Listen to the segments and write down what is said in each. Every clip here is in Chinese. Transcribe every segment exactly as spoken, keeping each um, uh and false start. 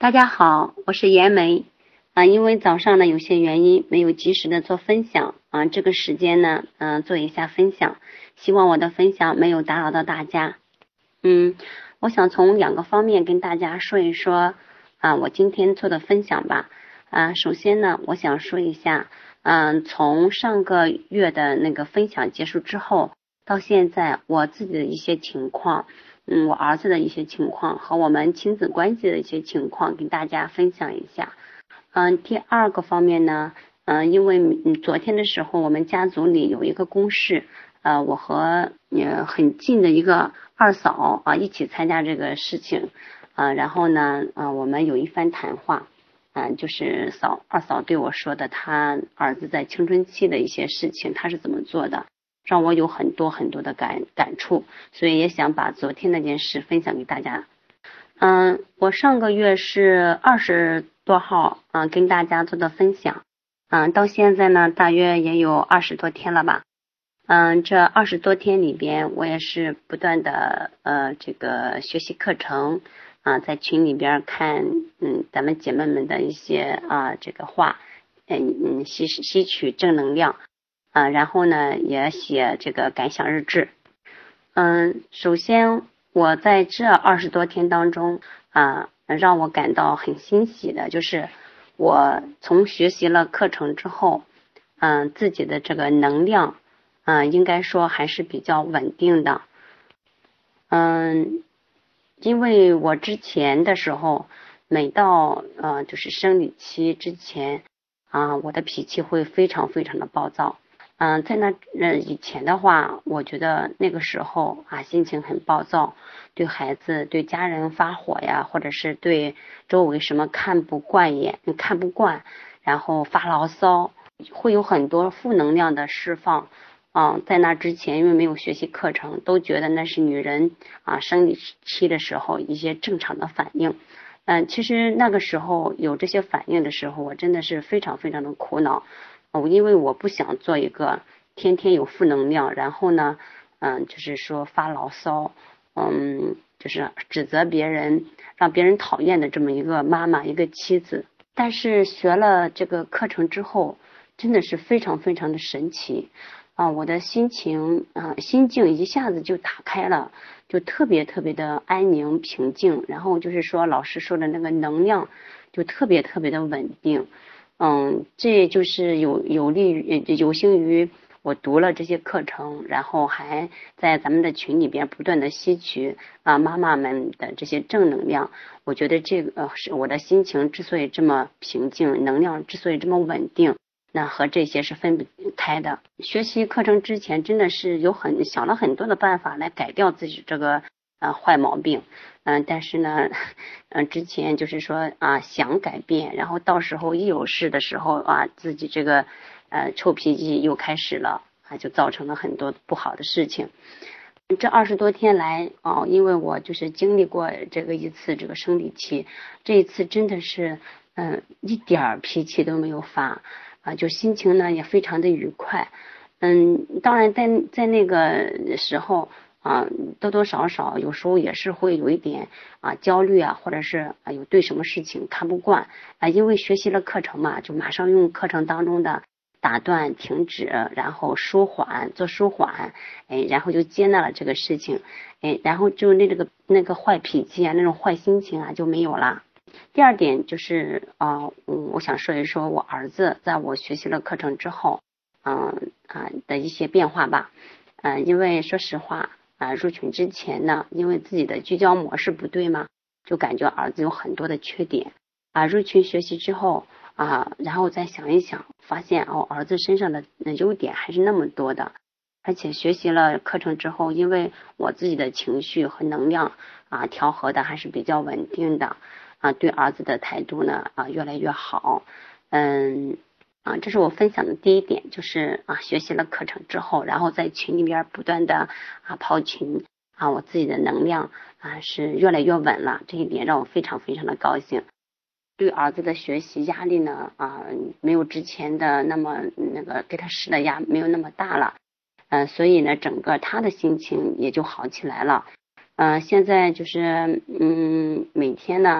大家好，我是严梅啊。因为早上呢有些原因没有及时的做分享啊，这个时间呢，嗯、呃，做一下分享，希望我的分享没有打扰到大家。嗯，我想从两个方面跟大家说一说啊，我今天做的分享吧。啊，首先呢，我想说一下，嗯、呃，从上个月的那个分享结束之后，到现在我自己的一些情况。嗯，我儿子的一些情况和我们亲子关系的一些情况，跟大家分享一下。嗯，第二个方面呢，嗯，因为嗯昨天的时候，我们家族里有一个公事，呃，我和呃很近的一个二嫂啊一起参加这个事情，啊，然后呢，啊，我们有一番谈话，嗯，就是嫂二嫂对我说的，他儿子在青春期的一些事情，他是怎么做的。让我有很多很多的感感触，所以也想把昨天那件事分享给大家。嗯，我上个月是二十多号，嗯，跟大家做的分享，嗯，到现在呢，大约也有二十多天了吧。嗯，这二十多天里边，我也是不断的呃这个学习课程啊，在群里边看，嗯，咱们姐妹们的一些啊这个话，嗯嗯，吸吸取正能量。啊，然后呢，也写这个感想日志。嗯，首先我在这二十多天当中啊，让我感到很欣喜的，就是我从学习了课程之后，嗯，自己的这个能量，嗯，应该说还是比较稳定的。嗯，因为我之前的时候，每到呃就是生理期之前啊，我的脾气会非常非常的暴躁。嗯，在那呃以前的话，我觉得那个时候啊心情很暴躁，对孩子、对家人发火呀，或者是对周围什么看不惯眼、看不惯，然后发牢骚，会有很多负能量的释放。嗯，在那之前，因为没有学习课程，都觉得那是女人啊生理期的时候一些正常的反应。嗯，其实那个时候有这些反应的时候，我真的是非常非常的苦恼。哦，因为我不想做一个天天有负能量，然后呢，嗯，就是说发牢骚，嗯，就是指责别人，让别人讨厌的这么一个妈妈，一个妻子。但是学了这个课程之后，真的是非常非常的神奇啊！我的心情啊，心境一下子就打开了，就特别特别的安宁平静。然后就是说老师说的那个能量，就特别特别的稳定。嗯，这就是有有利于有幸于我读了这些课程，然后还在咱们的群里边不断的吸取啊妈妈们的这些正能量。我觉得这个、呃、是我的心情之所以这么平静，能量之所以这么稳定，那和这些是分不开的。学习课程之前真的是有很想了很多的办法来改掉自己这个呃坏毛病。嗯，但是呢，嗯，之前就是说啊，想改变，然后到时候一有事的时候啊，自己这个呃臭脾气又开始了啊，就造成了很多不好的事情。这二十多天来啊，因为我就是经历过这个一次这个生理期，这一次真的是嗯一点脾气都没有发啊，就心情呢也非常的愉快。嗯，当然在在那个时候。啊，多多少少有时候也是会有一点啊焦虑啊，或者是啊有对什么事情看不惯啊，因为学习了课程嘛，就马上用课程当中的打断、停止，然后舒缓，做舒缓，哎，然后就接纳了这个事情，哎，然后就那这个那个坏脾气啊，那种坏心情啊就没有了。第二点就是啊、嗯，我想说一说我儿子在我学习了课程之后，嗯啊的一些变化吧，嗯，因为说实话。啊，入群之前呢，因为自己的聚焦模式不对嘛，就感觉儿子有很多的缺点。啊，入群学习之后啊，然后再想一想，发现哦，儿子身上的优点还是那么多的。而且学习了课程之后，因为我自己的情绪和能量啊调和的还是比较稳定的啊，对儿子的态度呢啊越来越好。嗯。啊，这是我分享的第一点，就是啊，学习了课程之后，然后在群里边不断的啊跑群啊，我自己的能量啊是越来越稳了，这一点让我非常非常的高兴。对儿子的学习压力呢啊，没有之前的那么那个给他施的压没有那么大了，嗯、呃，所以呢，整个他的心情也就好起来了。嗯、呃，现在就是嗯，每天呢。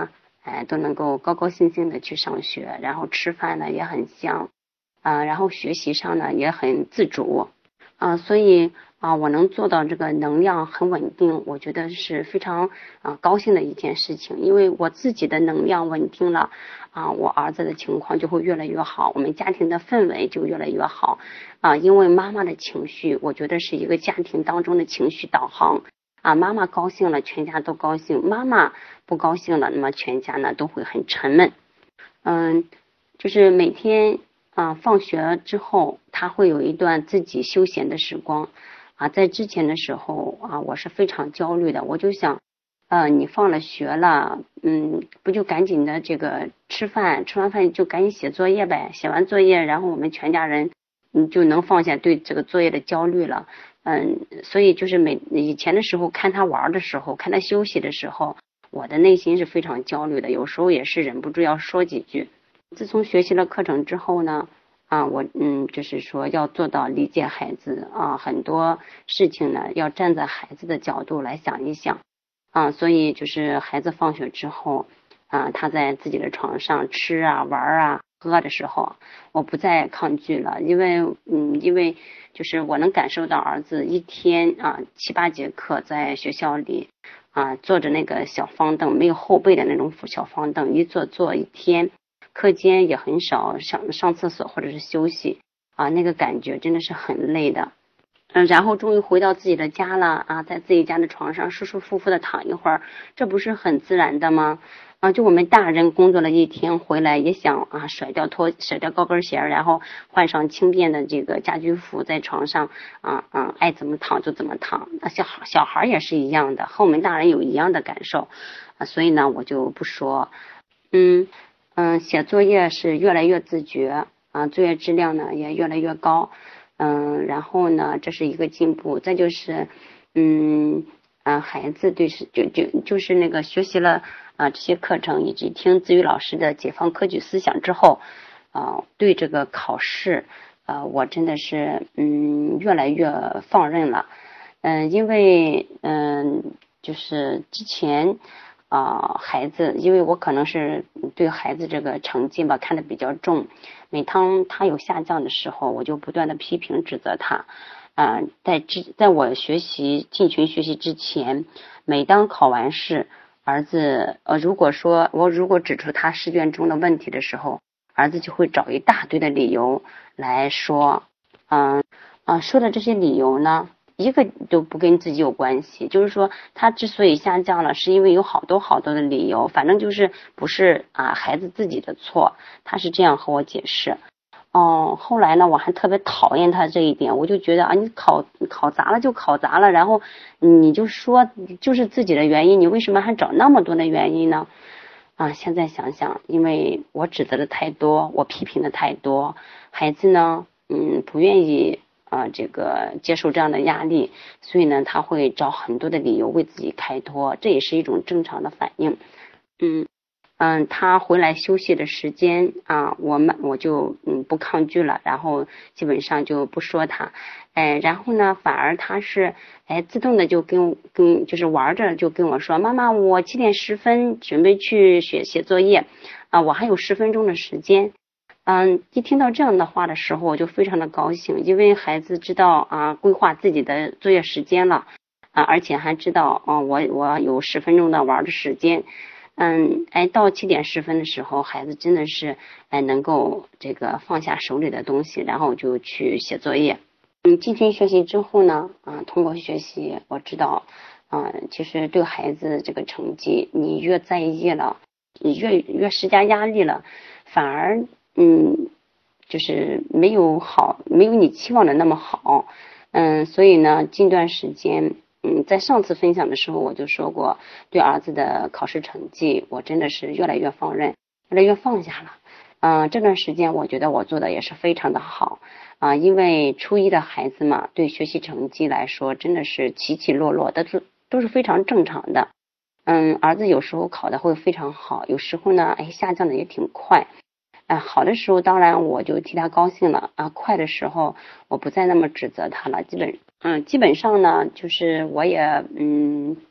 哎，都能够高高兴兴的去上学，然后吃饭呢也很香，啊，然后学习上呢也很自主，啊，所以啊，我能做到这个能量很稳定，我觉得是非常啊高兴的一件事情，因为我自己的能量稳定了，啊，我儿子的情况就会越来越好，我们家庭的氛围就越来越好，啊，因为妈妈的情绪，我觉得是一个家庭当中的情绪导航。啊，妈妈高兴了，全家都高兴；妈妈不高兴了，那么全家呢都会很沉闷。嗯，就是每天啊放学之后，他会有一段自己休闲的时光。啊，在之前的时候啊，我是非常焦虑的，我就想，呃，你放了学了，嗯，不就赶紧的这个吃饭，吃完饭就赶紧写作业呗，写完作业，然后我们全家人嗯就能放下对这个作业的焦虑了。嗯，所以就是每以前的时候看他玩的时候，看他休息的时候，我的内心是非常焦虑的，有时候也是忍不住要说几句。自从学习了课程之后呢，啊，我嗯，就是说要做到理解孩子啊，很多事情呢要站在孩子的角度来想一想啊，所以就是孩子放学之后啊，他在自己的床上吃啊、玩啊、喝的时候，我不再抗拒了，因为嗯，因为就是我能感受到儿子一天啊七八节课在学校里啊坐着那个小方凳，没有后背的那种小方凳，一坐坐一天。课间也很少上上厕所或者是休息啊，那个感觉真的是很累的。嗯，然后终于回到自己的家了啊，在自己家的床上舒舒服服的躺一会儿，这不是很自然的吗？啊，就我们大人工作了一天回来，也想啊甩掉拖甩掉高跟鞋，然后换上轻便的这个家居服，在床上啊啊爱怎么躺就怎么躺。那小孩小孩也是一样的，和我们大人有一样的感受啊，所以呢我就不说，嗯。嗯，写作业是越来越自觉啊，作业质量呢也越来越高，嗯，然后呢，这是一个进步。再就是，嗯，啊，孩子对是就就就是那个学习了啊这些课程，以及听子宇老师的解放科举思想之后，啊，对这个考试，啊，我真的是嗯越来越放任了，嗯，因为嗯就是之前。啊、呃，孩子，因为我可能是对孩子这个成绩吧看得比较重，每当他有下降的时候，我就不断的批评指责他。啊、呃，在之在我学习进群学习之前，每当考完试，儿子呃，如果说我如果指出他试卷中的问题的时候，儿子就会找一大堆的理由来说，嗯、呃、啊、呃，说的这些理由呢。一个都不跟自己有关系，就是说他之所以下降了，是因为有好多好多的理由，反正就是不是啊孩子自己的错，他是这样和我解释。哦，后来呢，我还特别讨厌他这一点，我就觉得啊，你考考砸了就考砸了，然后你就说就是自己的原因，你为什么还找那么多的原因呢？啊，现在想想，因为我指责的太多，我批评的太多，孩子呢，嗯，不愿意。啊，这个接受这样的压力，所以呢，他会找很多的理由为自己开脱，这也是一种正常的反应。嗯嗯，他回来休息的时间啊，我们我就嗯不抗拒了，然后基本上就不说他，哎，然后呢，反而他是哎自动的就跟跟就是玩着就跟我说，妈妈，我七点十分准备去写写作业啊，我还有十分钟的时间。嗯，一听到这样的话的时候，我就非常的高兴，因为孩子知道啊，规划自己的作业时间了啊，而且还知道啊，我我有十分钟的玩的时间。嗯，哎，到七点十分的时候，孩子真的是哎能够这个放下手里的东西，然后就去写作业。嗯，进行学习之后呢，啊，通过学习，我知道啊，其实对孩子这个成绩，你越在意了，你越越施加压力了，反而。嗯，就是没有好，没有你期望的那么好，嗯，所以呢，近段时间，嗯，在上次分享的时候我就说过，对儿子的考试成绩，我真的是越来越放任，越来越放下了，嗯，这段时间我觉得我做的也是非常的好，啊，因为初一的孩子嘛，对学习成绩来说真的是起起落落，都是都是非常正常的，嗯，儿子有时候考的会非常好，有时候呢，哎，下降的也挺快。啊，好的时候当然我就替他高兴了啊，坏的时候我不再那么指责他了，基本嗯基本上呢就是我也嗯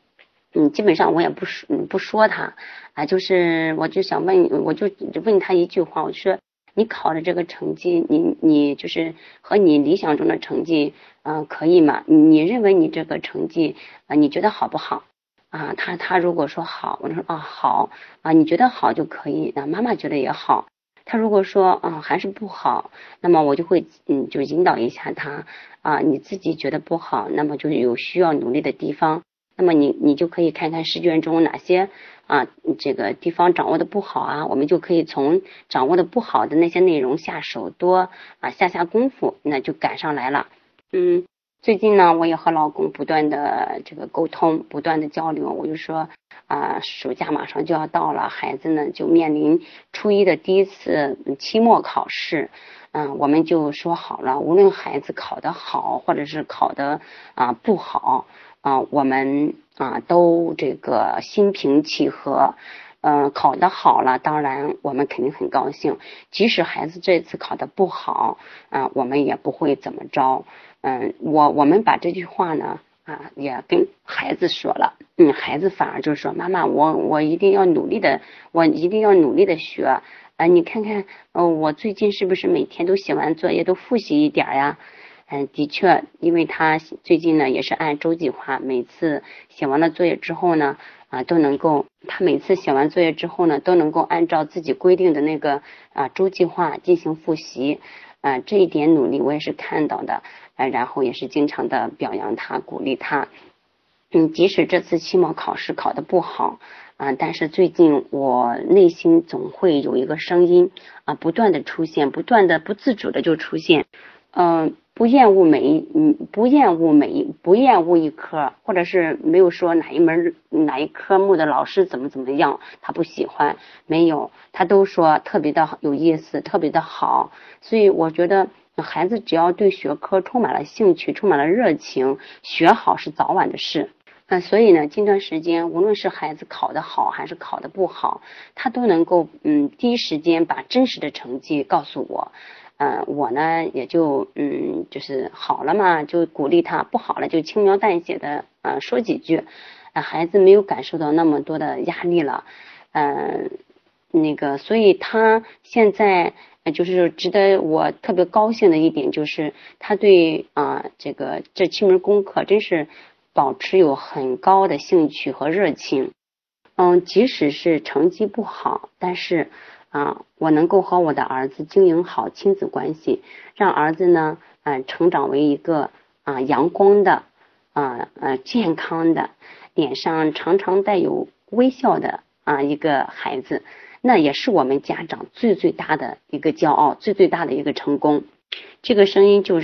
嗯，基本上我也不说不说他啊，就是我就想问，我就问他一句话，我说你考的这个成绩，你你就是和你理想中的成绩，嗯、呃，可以吗？你认为你这个成绩啊、呃，你觉得好不好？啊，他他如果说好，我就说啊好啊，你觉得好就可以，那妈妈觉得也好。他如果说啊还是不好，那么我就会嗯就引导一下他啊，你自己觉得不好，那么就有需要努力的地方。那么你你就可以看看试卷中哪些啊这个地方掌握的不好啊，我们就可以从掌握的不好的那些内容下手，多啊下下功夫，那就赶上来了。嗯，最近呢，我也和老公不断的这个沟通，不断的交流。我就说啊，暑假马上就要到了，孩子呢就面临初一的第一次期末考试。嗯，我们就说好了，无论孩子考得好，或者是考得啊不好。啊，我们啊都这个心平气和，嗯、呃，考得好了，当然我们肯定很高兴。即使孩子这次考得不好，啊，我们也不会怎么着。嗯，我我们把这句话呢，啊，也跟孩子说了，嗯，孩子反而就说，妈妈，我我一定要努力的，我一定要努力的学。啊，你看看，呃，我最近是不是每天都写完作业都复习一点呀？嗯，的确，因为他最近呢也是按周计划，每次写完了作业之后呢，啊都能够，他每次写完作业之后呢，都能够按照自己规定的那个啊周计划进行复习，啊这一点努力我也是看到的，啊然后也是经常的表扬他，鼓励他。嗯，即使这次期末考试考得不好啊，但是最近我内心总会有一个声音啊，不断的出现，不断的不自主的就出现。嗯、呃，不厌恶每一嗯，不厌恶每一不厌恶一科，或者是没有说哪一门哪一科目的老师怎么怎么样，他不喜欢，没有，他都说特别的有意思，特别的好，所以我觉得孩子只要对学科充满了兴趣，充满了热情，学好是早晚的事。啊，所以呢，近段时间无论是孩子考得好还是考得不好，他都能够嗯第一时间把真实的成绩告诉我。呃，我呢也就嗯，就是好了嘛，就鼓励他；不好了就轻描淡写的呃说几句，呃，孩子没有感受到那么多的压力了，呃，那个，所以他现在呃就是值得我特别高兴的一点就是他对啊、呃、这个这七门功课真是保持有很高的兴趣和热情。嗯，即使是成绩不好，但是啊，我能够和我的儿子经营好亲子关系，让儿子呢，嗯、呃，成长为一个啊阳光的啊呃健康的，脸上常常带有微笑的啊一个孩子，那也是我们家长最最大的一个骄傲，最最大的一个成功。这个声音就是，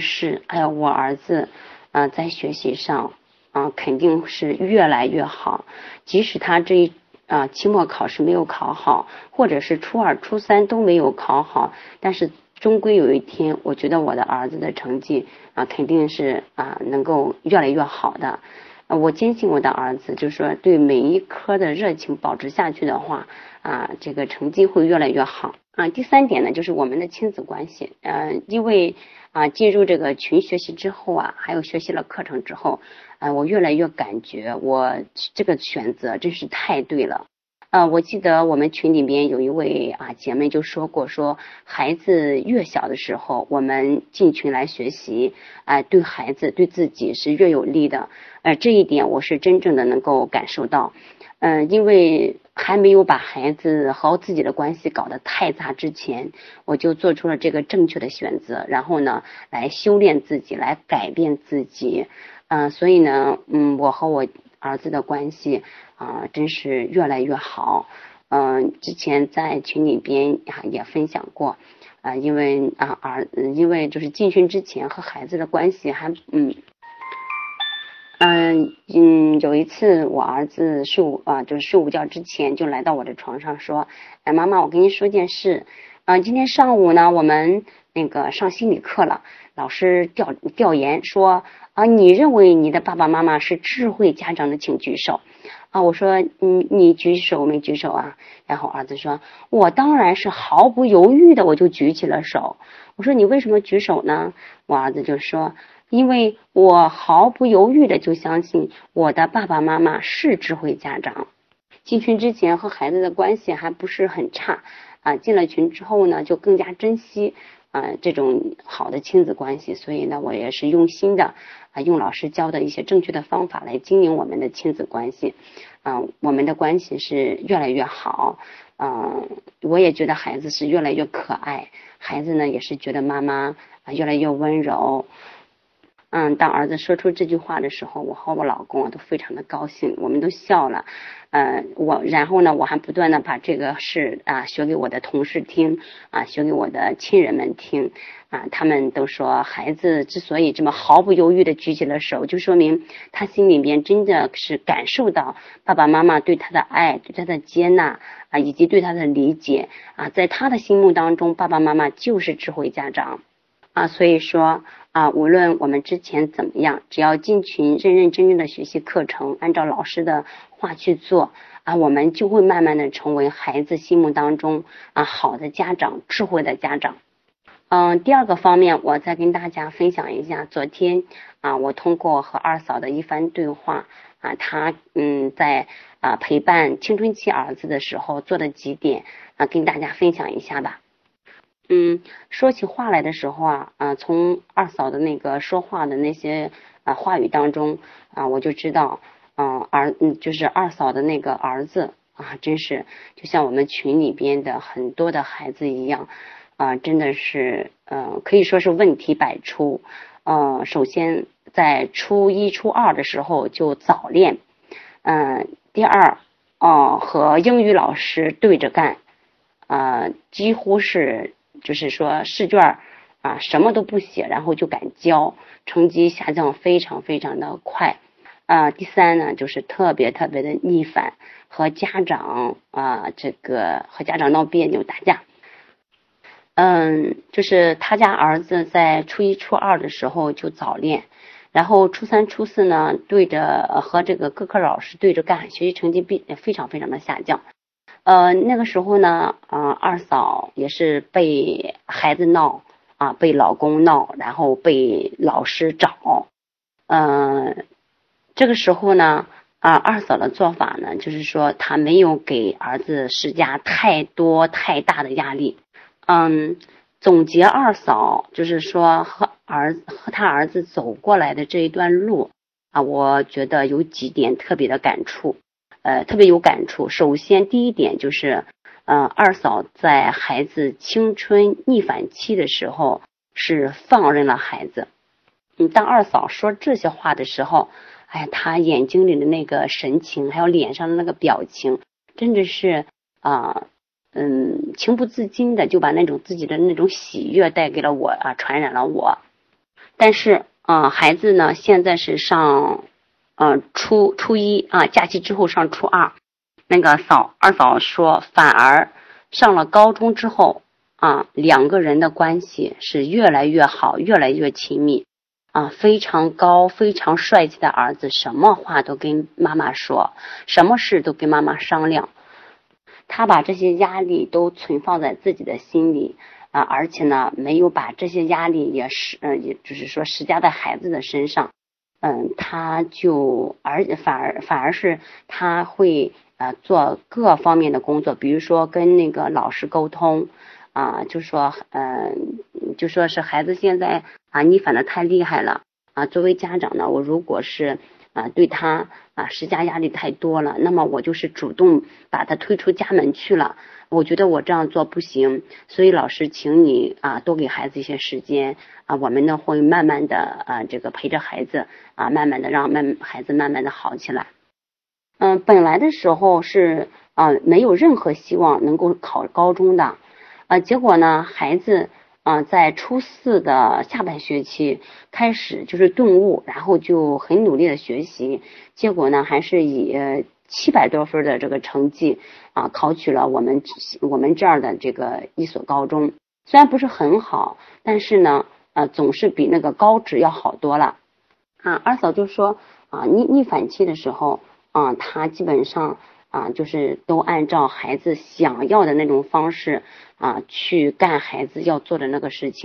哎呀，我儿子啊、呃、在学习上啊、肯定是越来越好，即使他这一啊、期末考试没有考好，或者是初二初三都没有考好，但是终归有一天，我觉得我的儿子的成绩啊、肯定是啊、能够越来越好的。我坚信我的儿子，就是说对每一科的热情保持下去的话啊，这个成绩会越来越好啊。第三点呢，就是我们的亲子关系，呃，因为啊进入这个群学习之后啊，还有学习了课程之后，啊，我越来越感觉我这个选择真是太对了。呃，我记得我们群里面有一位啊姐妹就说过，说孩子越小的时候，我们进群来学习，啊、呃，对孩子对自己是越有利的。呃，这一点我是真正的能够感受到。嗯、呃，因为还没有把孩子和自己的关系搞得太杂之前，我就做出了这个正确的选择，然后呢，来修炼自己，来改变自己。嗯、呃，所以呢，嗯，我和我儿子的关系啊、呃，真是越来越好。嗯、呃，之前在群里边啊也分享过，啊、呃，因为啊儿，因为就是进群之前和孩子的关系还嗯。嗯嗯，有一次我儿子睡午啊，就是睡午觉之前就来到我的床上说，哎，妈妈，我跟你说件事，啊，今天上午呢，我们那个上心理课了，老师调调研说啊，你认为你的爸爸妈妈是智慧家长的，请举手。啊，我说你你举手没举手啊？然后儿子说，我当然是毫不犹豫的，我就举起了手。我说你为什么举手呢？我儿子就说， 因为我毫不犹豫的就相信我的爸爸妈妈是智慧家长。进群之前和孩子的关系还不是很差啊，进了群之后呢，就更加珍惜啊这种好的亲子关系，所以呢，我也是用心的啊，用老师教的一些正确的方法来经营我们的亲子关系，啊，我们的关系是越来越好，嗯，我也觉得孩子是越来越可爱，孩子呢也是觉得妈妈啊越来越温柔。嗯，当儿子说出这句话的时候，我和我老公啊都非常的高兴，我们都笑了。呃，我然后呢，我还不断的把这个事啊学给我的同事听，啊，学给我的亲人们听，啊，他们都说孩子之所以这么毫不犹豫的举起了手，就说明他心里边真的是感受到爸爸妈妈对他的爱，对他的接纳啊，以及对他的理解啊，在他的心目当中，爸爸妈妈就是智慧家长。啊，所以说啊，无论我们之前怎么样，只要进群认认真真的学习课程，按照老师的话去做啊，我们就会慢慢的成为孩子心目当中啊好的家长，智慧的家长。嗯，第二个方面，我再跟大家分享一下，昨天啊，我通过和二嫂的一番对话啊，她嗯在啊陪伴青春期儿子的时候做的几点啊，跟大家分享一下吧。嗯，说起话来的时候啊，啊，从二嫂的那个说话的那些啊话语当中啊，我就知道，嗯、啊，儿嗯就是二嫂的那个儿子啊，真是就像我们群里边的很多的孩子一样啊，真的是呃可以说是问题百出。呃，首先在初一初二的时候就早恋，嗯、呃，第二哦、呃、和英语老师对着干，啊，几乎是。就是说试卷啊什么都不写，然后就敢交，成绩下降非常非常的快。啊，第三呢，就是特别特别的逆反，和家长啊这个和家长闹别扭打架。嗯，就是他家儿子在初一初二的时候就早恋，然后初三初四呢对着和这个各科老师对着干，学习成绩必非常非常的下降。呃，那个时候呢，啊、呃，二嫂也是被孩子闹啊，被老公闹，然后被老师找。嗯、呃，这个时候呢，啊、呃，二嫂的做法呢，就是说她没有给儿子施加太多太大的压力。嗯，总结二嫂就是说和儿和他儿子走过来的这一段路啊，我觉得有几点特别的感触。呃，特别有感触。首先，第一点就是，呃，二嫂在孩子青春逆反期的时候是放任了孩子。嗯，当二嫂说这些话的时候，哎呀，她眼睛里的那个神情，还有脸上的那个表情，真的是啊、呃，嗯，情不自禁的就把那种自己的那种喜悦带给了我啊，传染了我。但是啊、呃，孩子呢，现在是上。呃，初初一啊，假期之后上初二，那个嫂二嫂说，反而上了高中之后啊，两个人的关系是越来越好，越来越亲密啊，非常高、非常帅气的儿子，什么话都跟妈妈说，什么事都跟妈妈商量。他把这些压力都存放在自己的心里啊，而且呢，没有把这些压力也是呃，也就是说施加在孩子的身上。嗯，他就而反而反而是他会呃做各方面的工作，比如说跟那个老师沟通啊，就说嗯、呃，就说是孩子现在啊逆反的太厉害了啊，作为家长呢，我如果是啊对他啊施加压力太多了，那么我就是主动把他推出家门去了。我觉得我这样做不行，所以老师请你啊多给孩子一些时间啊，我们呢会慢慢的啊这个陪着孩子啊，慢慢的让慢孩子慢慢的好起来。嗯，本来的时候是啊没有任何希望能够考高中的啊，结果呢孩子啊在初四的下半学期开始就是顿悟，然后就很努力的学习，结果呢还是以七百多分的这个成绩啊，考取了我们我们这儿的这个一所高中，虽然不是很好，但是呢，呃，总是比那个高职要好多了。啊，二嫂就说啊，逆逆反期的时候啊，他基本上啊，就是都按照孩子想要的那种方式啊去干孩子要做的那个事情。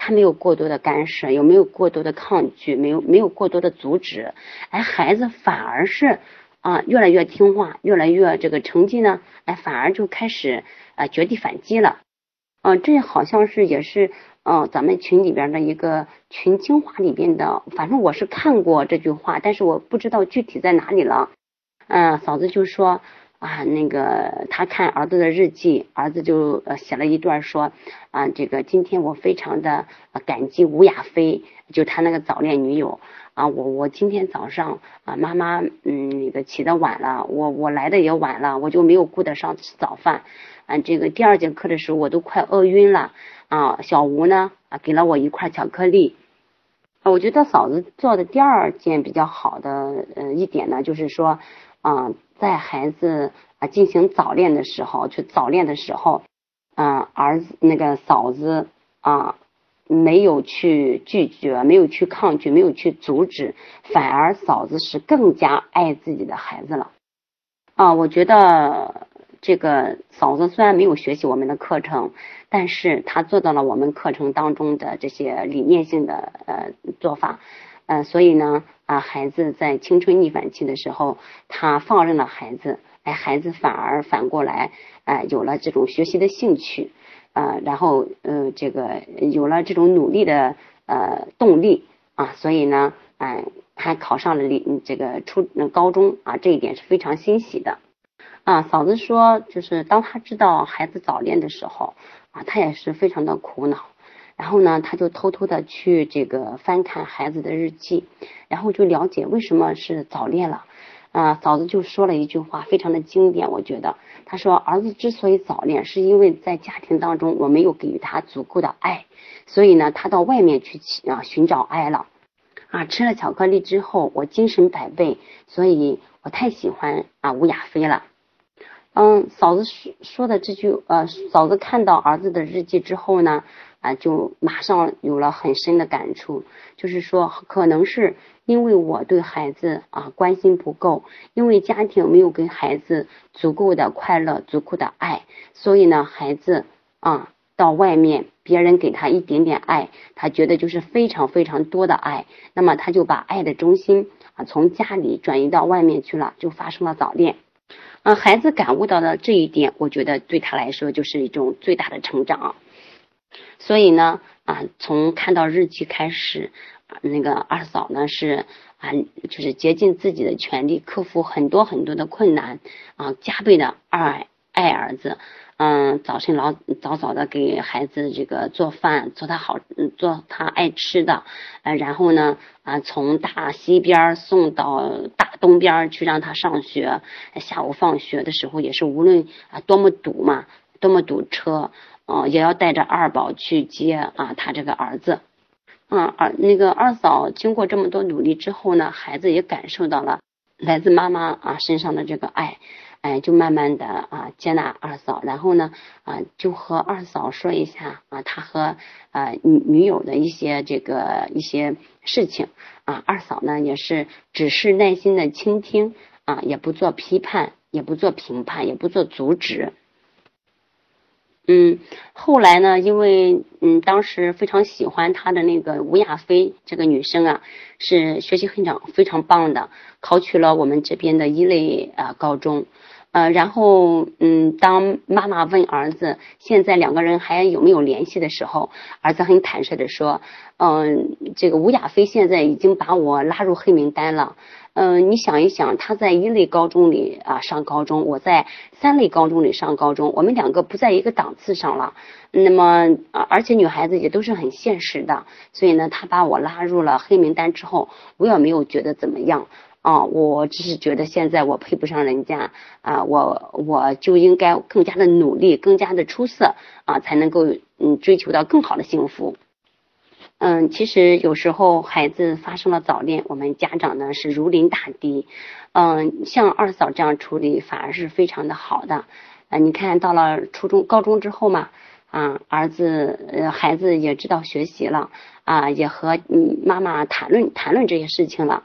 他没有过多的干涉，有没有过多的抗拒，没有没有过多的阻止，哎，孩子反而是啊越来越听话，越来越这个成绩呢，哎，反而就开始啊绝地反击了。呃，这好像是也是呃咱们群里边的一个群精华里边的，反正我是看过这句话，但是我不知道具体在哪里了。嗯、呃，嫂子就说啊，那个他看儿子的日记，儿子就呃写了一段说啊，这个今天我非常的、呃、感激吴亚飞，就他那个早恋女友啊，我我今天早上啊，妈妈嗯那个起得晚了，我我来的也晚了，我就没有顾得上吃早饭。啊，这个第二节课的时候我都快饿晕了啊！小吴呢啊给了我一块巧克力啊，我觉得嫂子做的第二件比较好的呃一点呢，就是说啊，在孩子啊进行早恋的时候，去早恋的时候，啊儿子那个嫂子啊没有去拒绝，没有去抗拒，没有去阻止，反而嫂子是更加爱自己的孩子了啊！我觉得。这个嫂子虽然没有学习我们的课程，但是她做到了我们课程当中的这些理念性的呃做法，呃，所以呢啊，孩子在青春逆反期的时候，他放任了孩子，哎，孩子反而反过来，哎、呃，有了这种学习的兴趣，呃，然后呃，这个有了这种努力的呃动力啊，所以呢，哎、呃，还考上了理这个初高中啊，这一点是非常欣喜的。啊，嫂子说，就是当他知道孩子早恋的时候，啊，他也是非常的苦恼。然后呢，他就偷偷的去这个翻看孩子的日记，然后就了解为什么是早恋了。啊，嫂子就说了一句话，非常的经典，我觉得，他说，儿子之所以早恋，是因为在家庭当中我没有给予他足够的爱，所以呢，他到外面去啊寻找爱了。啊，吃了巧克力之后，我精神百倍，所以我太喜欢啊吴亚飞了。嗯，嫂子说说的这句，呃，嫂子看到儿子的日记之后呢，啊，就马上有了很深的感触，就是说，可能是因为我对孩子啊关心不够，因为家庭没有给孩子足够的快乐、足够的爱，所以呢，孩子啊到外面，别人给他一点点爱，他觉得就是非常非常多的爱，那么他就把爱的中心啊从家里转移到外面去了，就发生了早恋。嗯，孩子感悟到的这一点，我觉得对他来说就是一种最大的成长。所以呢，啊，从看到日记开始，啊、那个二嫂呢是啊，就是竭尽自己的全力，克服很多很多的困难，啊，加倍的爱爱儿子。嗯，早晨老早早的给孩子这个做饭，做他好，做他爱吃的，呃，然后呢，啊，从大西边送到大东边去让他上学。下午放学的时候也是无论啊多么堵嘛，多么堵车，呃，也要带着二宝去接啊他这个儿子。啊，儿那个二嫂经过这么多努力之后呢，孩子也感受到了来自妈妈啊身上的这个爱。哎，就慢慢的啊接纳二嫂，然后呢啊就和二嫂说一下啊他和啊女女友的一些这个一些事情啊，二嫂呢也是只是耐心的倾听啊，也不做批判，也不做评判，也不做阻止。嗯，后来呢，因为嗯当时非常喜欢她的那个吴亚飞这个女生啊，是学习非常非常棒的，考取了我们这边的一类啊高中。呃，然后，嗯，当妈妈问儿子现在两个人还有没有联系的时候，儿子很坦率的说，嗯、呃，这个吴亚飞现在已经把我拉入黑名单了。嗯、呃，你想一想，他在一类高中里啊上高中，我在三类高中里上高中，我们两个不在一个档次上了。那么，而且女孩子也都是很现实的，所以呢，他把我拉入了黑名单之后，我也没有觉得怎么样。啊，我只是觉得现在我配不上人家啊，我我就应该更加的努力，更加的出色啊，才能够嗯追求到更好的幸福。嗯，其实有时候孩子发生了早恋，我们家长呢是如临大敌。嗯，像二嫂这样处理反而是非常的好的。啊，你看到了初中、高中之后嘛，啊，儿子呃孩子也知道学习了啊，也和嗯妈妈谈论谈论这些事情了。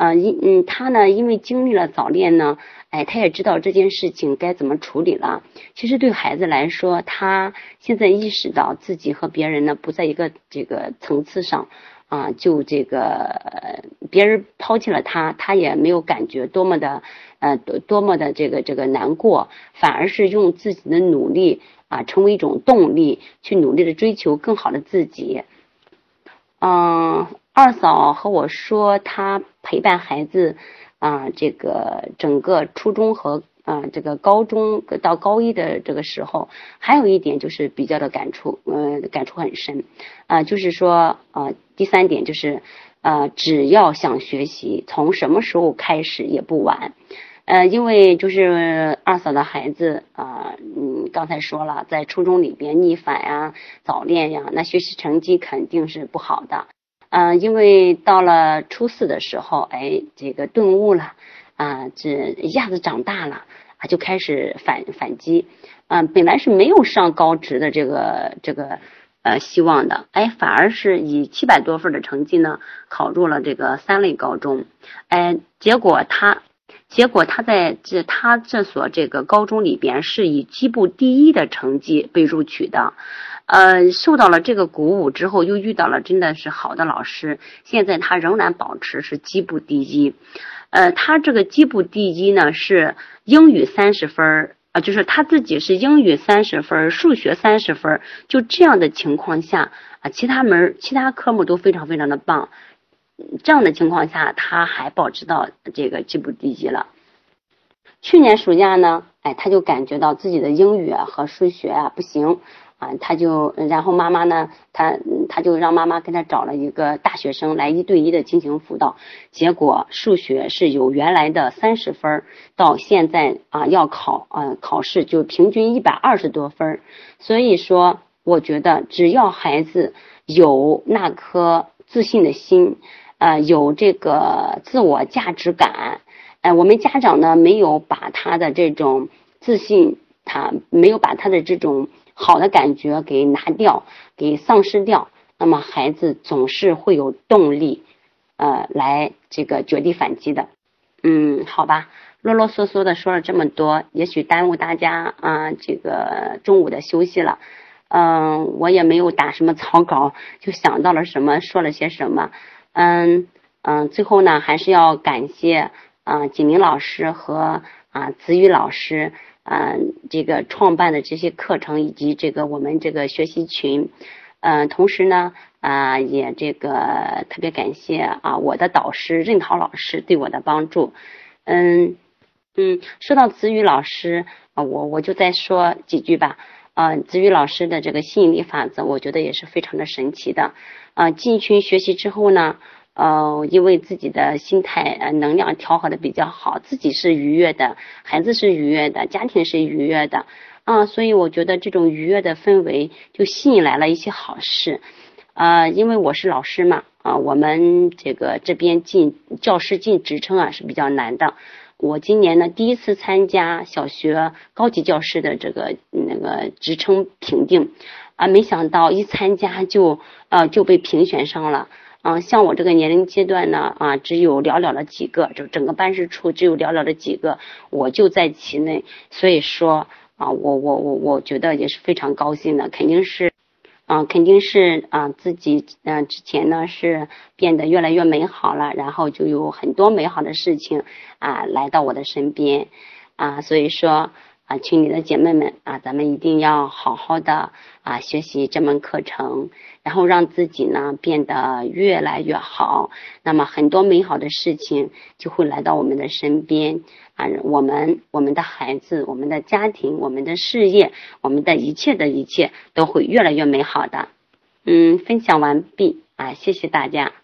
呃，因嗯，他呢，因为经历了早恋呢，哎，他也知道这件事情该怎么处理了。其实对孩子来说，他现在意识到自己和别人呢不在一个这个层次上。啊，就这个别人抛弃了他，他也没有感觉多么的呃多多么的这个这个难过，反而是用自己的努力啊，成为一种动力，去努力的追求更好的自己。嗯，二嫂和我说，她陪伴孩子啊，这个整个初中和啊这个高中到高一的这个时候，还有一点就是比较的感触，呃，感触很深啊，就是说呃，第三点就是呃，只要想学习，从什么时候开始也不晚。呃，因为就是二嫂的孩子啊、呃，嗯，刚才说了，在初中里边逆反呀、早恋呀，那学习成绩肯定是不好的。嗯、呃，因为到了初四的时候，哎，这个顿悟了啊，这一下子长大了啊，就开始反反击。嗯、呃，本来是没有上高职的这个这个呃希望的，哎，反而是以七百多分的成绩呢，考入了这个三类高中。哎，结果他。结果他在这他这所这个高中里边是以基部第一的成绩被录取的，呃，受到了这个鼓舞之后，又遇到了真的是好的老师，现在他仍然保持是基部第一。呃，他这个基部第一呢是英语三十分，呃，就是他自己是英语三十分，数学三十分，就这样的情况下啊，其他门其他科目都非常非常的棒。这样的情况下，他还保持到这个基部第一了。去年暑假呢，哎，他就感觉到自己的英语啊和数学啊不行啊，他就然后妈妈呢，他他就让妈妈给他找了一个大学生来一对一的进行辅导。结果数学是由原来的三十分到现在啊要考啊考试就平均一百二十多分。所以说，我觉得只要孩子有那颗自信的心。呃，有这个自我价值感，呃，我们家长呢没有把他的这种自信，他没有把他的这种好的感觉给拿掉，给丧失掉，那么孩子总是会有动力，呃，来这个绝地反击的。嗯，好吧，啰啰嗦嗦的说了这么多，也许耽误大家啊、呃、这个中午的休息了。嗯、呃，我也没有打什么草稿，就想到了什么说了些什么。嗯嗯，最后呢，还是要感谢啊景明老师和啊子宇老师啊这个创办的这些课程以及这个我们这个学习群。嗯，同时呢啊也这个特别感谢啊我的导师任涛老师对我的帮助。嗯嗯，说到子宇老师啊，我我就再说几句吧。啊，子宇老师的这个吸引力法则，我觉得也是非常的神奇的。啊，进群学习之后呢，呃，因为自己的心态呃能量调和的比较好，自己是愉悦的，孩子是愉悦的，家庭是愉悦的啊，所以我觉得这种愉悦的氛围就吸引来了一些好事。啊，因为我是老师嘛，啊，我们这个这边进教师进职称啊是比较难的。我今年呢第一次参加小学高级教师的这个那个职称评定啊，没想到一参加就呃就被评选上了。啊，像我这个年龄阶段呢啊，只有寥寥的几个，就整个办事处只有寥寥的几个，我就在其内。所以说啊，我我我我觉得也是非常高兴的，肯定是。啊，肯定是啊，自己嗯、呃、之前呢是变得越来越美好了，然后就有很多美好的事情啊来到我的身边啊，所以说啊，群里的姐妹们啊，咱们一定要好好的啊学习这门课程，然后让自己呢变得越来越好，那么很多美好的事情就会来到我们的身边啊，我们我们的孩子，我们的家庭，我们的事业，我们的一切的一切都会越来越美好的。嗯，分享完毕啊，谢谢大家。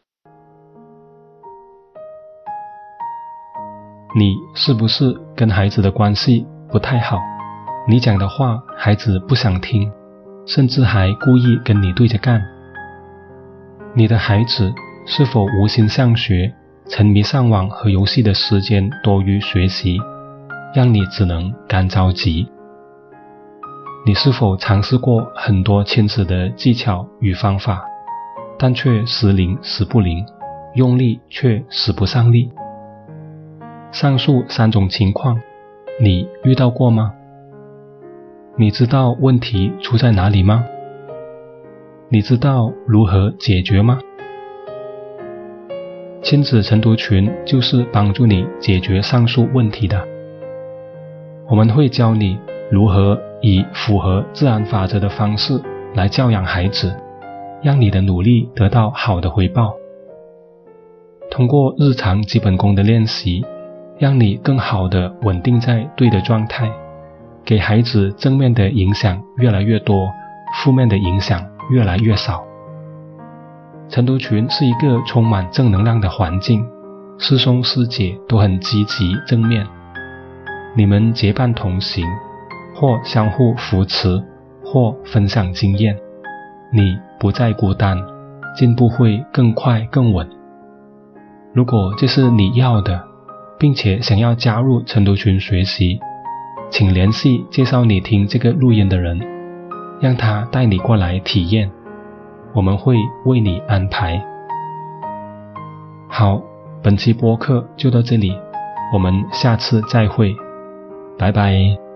你是不是跟孩子的关系不太好？你讲的话孩子不想听，甚至还故意跟你对着干。你的孩子是否无心向学，沉迷上网和游戏的时间多于学习，让你只能干着急？你是否尝试过很多亲子的技巧与方法，但却时灵时不灵，用力却使不上力？ 上述三种情况，你遇到过吗？你知道问题出在哪里吗？你知道如何解决吗？亲子晨读群就是帮助你解决上述问题的。我们会教你如何以符合自然法则的方式来教养孩子，让你的努力得到好的回报。通过日常基本功的练习，让你更好地稳定在对的状态，给孩子正面的影响越来越多，负面的影响越来越少。晨读群是一个充满正能量的环境，师兄师姐都很积极正面，你们结伴同行，或相互扶持，或分享经验，你不再孤单，进步会更快更稳。如果这是你要的，并且想要加入晨读群学习，请联系介绍你听这个录音的人，让他带你过来体验，我们会为你安排。好，本期播客就到这里，我们下次再会，拜拜。